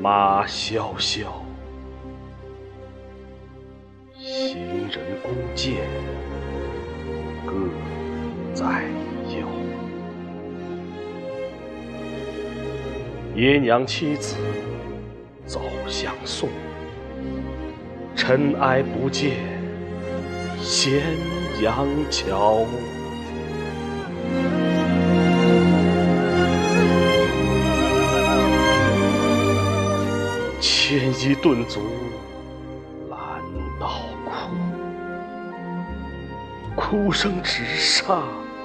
马萧萧，行人弓箭各在右。爷娘妻子走相送，尘埃不见咸阳桥。牵衣顿足拦道哭，哭声直上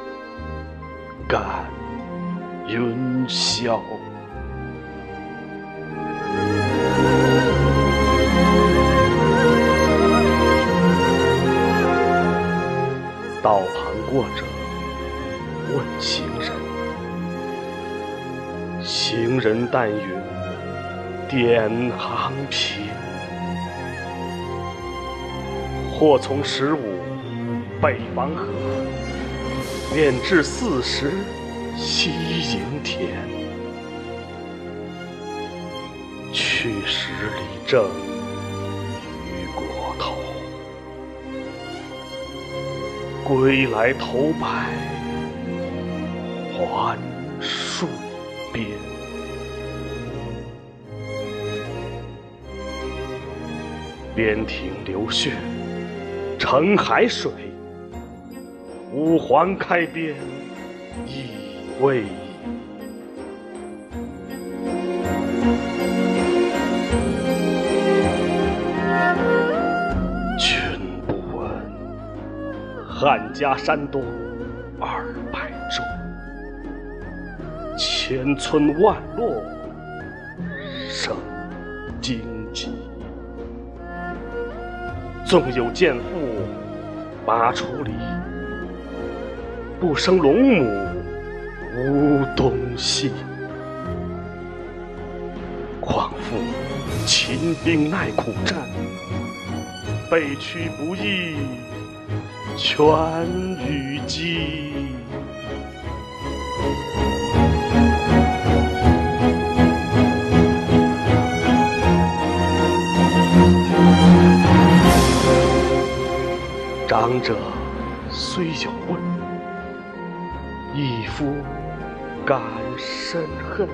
干云霄。道旁过者问行人，行人但云点航平。或从15北防河，远至40西营田。去时里正余国头，归来头摆还戍边。边庭流血成海水，五环开边已未已。君不闻汉家山东200州，千村万落生荆棘。纵有贱妇8处里，不生龙母无东西。况复秦兵耐苦战，被驱不易全与鸡。长者虽有问，一夫感深恨。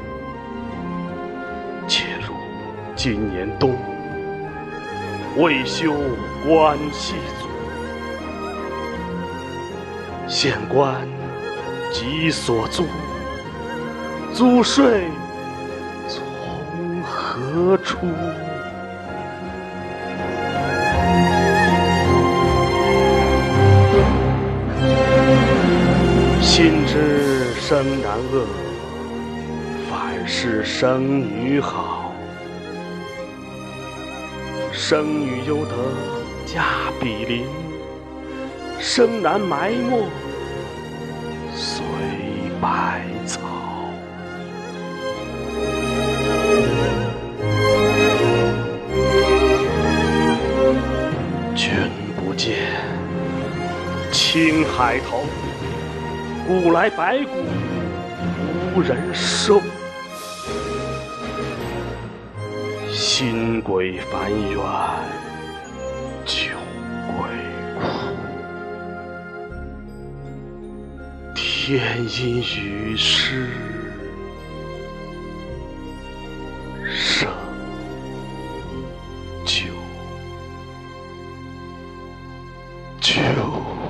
且如今年冬，未休关系足，县官即所租，租税从何出？心知生男恶，反是生女好。生女犹得嫁比邻，生男埋没随百草。君不见青海头，古来白骨无人收。新归繁远旧归苦，天阴于诗胜旧。